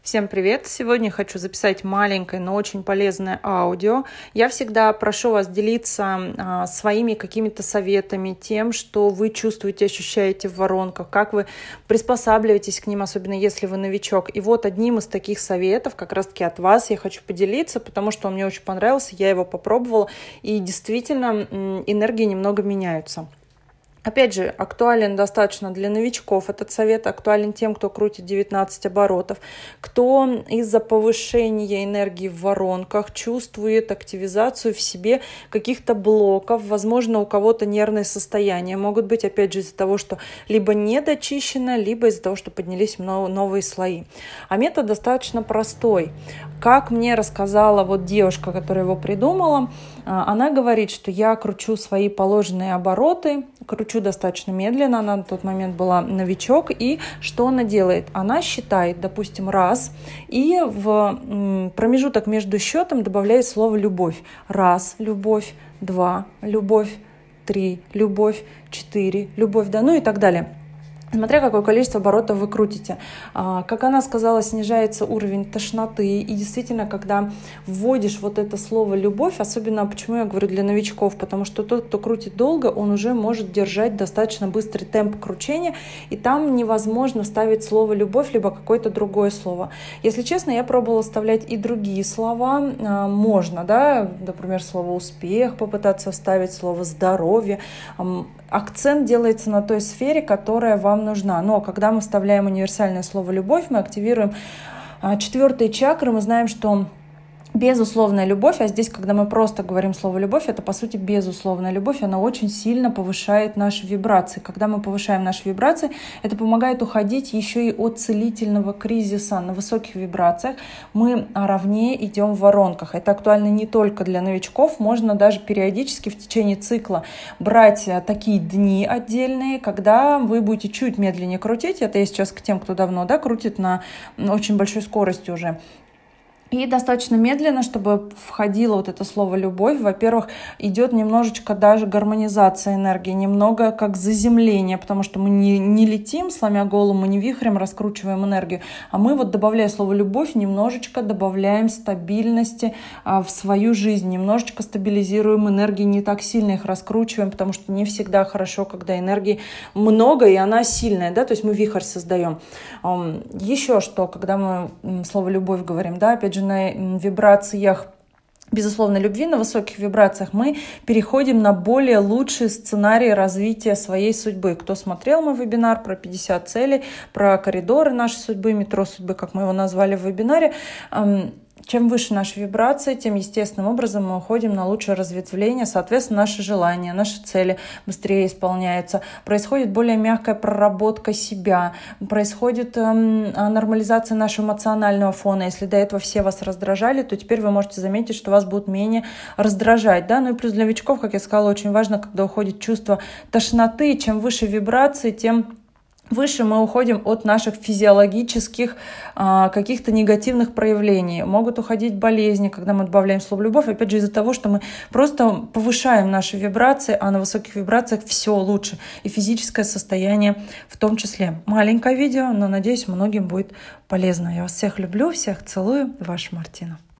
Всем привет! Сегодня хочу записать маленькое, но очень полезное аудио. Я всегда прошу вас делиться своими какими-то советами, тем, что вы чувствуете, ощущаете в воронках, как вы приспосабливаетесь к ним, особенно если вы новичок. И вот одним из таких советов как раз-таки от вас я хочу поделиться, потому что он мне очень понравился, я его попробовала, и действительно энергии немного меняются. Опять же, актуален достаточно для новичков. Этот совет актуален тем, кто крутит 19 оборотов, кто из-за повышения энергии в воронках чувствует активизацию в себе каких-то блоков. Возможно, у кого-то нервные состояния могут быть, опять же, из-за того, что либо недочищено, либо из-за того, что поднялись новые слои. А метод достаточно простой. Как мне рассказала вот девушка, которая его придумала, она говорит, что я кручу свои положенные обороты, кручу достаточно медленно, она на тот момент была новичок, и что она делает? Она считает, допустим, раз, и в промежуток между счетом добавляет слово «любовь». Раз – любовь, два – любовь, три – любовь, четыре – любовь, да, ну и так далее. Смотря какое количество оборотов вы крутите. Как она сказала, снижается уровень тошноты. И действительно, когда вводишь вот это слово «любовь», особенно, почему я говорю для новичков, потому что тот, кто крутит долго, он уже может держать достаточно быстрый темп кручения, и там невозможно вставить слово «любовь», либо какое-то другое слово. Если честно, я пробовала вставлять и другие слова. Можно, да, например, слово «успех» попытаться вставить, слово «здоровье». Акцент делается на той сфере, которая вам нужна. Но когда мы вставляем универсальное слово «любовь», мы активируем 4-й чакры. Мы знаем, что безусловная любовь, а здесь, когда мы просто говорим слово «любовь», это, по сути, безусловная любовь, она очень сильно повышает наши вибрации. Когда мы повышаем наши вибрации, это помогает уходить еще и от целительного кризиса. На высоких вибрациях мы ровнее идем в воронках. Это актуально не только для новичков, можно даже периодически в течение цикла брать такие дни отдельные, когда вы будете чуть медленнее крутить. Это я сейчас к тем, кто давно крутит на очень большой скорости уже. И достаточно медленно, чтобы входило вот это слово «любовь». Во-первых, идет немножечко даже гармонизация энергии, немного как заземление, потому что мы не летим, сломя голову, мы не вихрем раскручиваем энергию, а мы вот, добавляя слово «любовь», немножечко добавляем стабильности в свою жизнь, немножечко стабилизируем энергии, не так сильно их раскручиваем, потому что не всегда хорошо, когда энергии много и она сильная, да, то есть мы вихрь создаем. Еще что, когда мы слово «любовь» говорим, да, опять же, на вибрациях безусловно любви, на высоких вибрациях мы переходим на более лучшие сценарии развития своей судьбы. Кто смотрел мой вебинар про 50 целей, про коридоры нашей судьбы, метро судьбы, как мы его назвали в вебинаре, чем выше наши вибрации, тем естественным образом мы уходим на лучшее разветвление, соответственно, наши желания, наши цели быстрее исполняются, происходит более мягкая проработка себя, происходит нормализация нашего эмоционального фона. Если до этого все вас раздражали, то теперь вы можете заметить, что вас будут менее раздражать, да, ну и плюс для новичков, как я сказала, очень важно, когда уходит чувство тошноты, чем выше вибрации, тем выше мы уходим от наших физиологических каких-то негативных проявлений. Могут уходить болезни, когда мы добавляем слово «любовь», опять же из-за того, что мы просто повышаем наши вибрации, а на высоких вибрациях все лучше. И физическое состояние в том числе. Маленькое видео, но, надеюсь, многим будет полезно. Я вас всех люблю, всех целую. Ваша Мартина.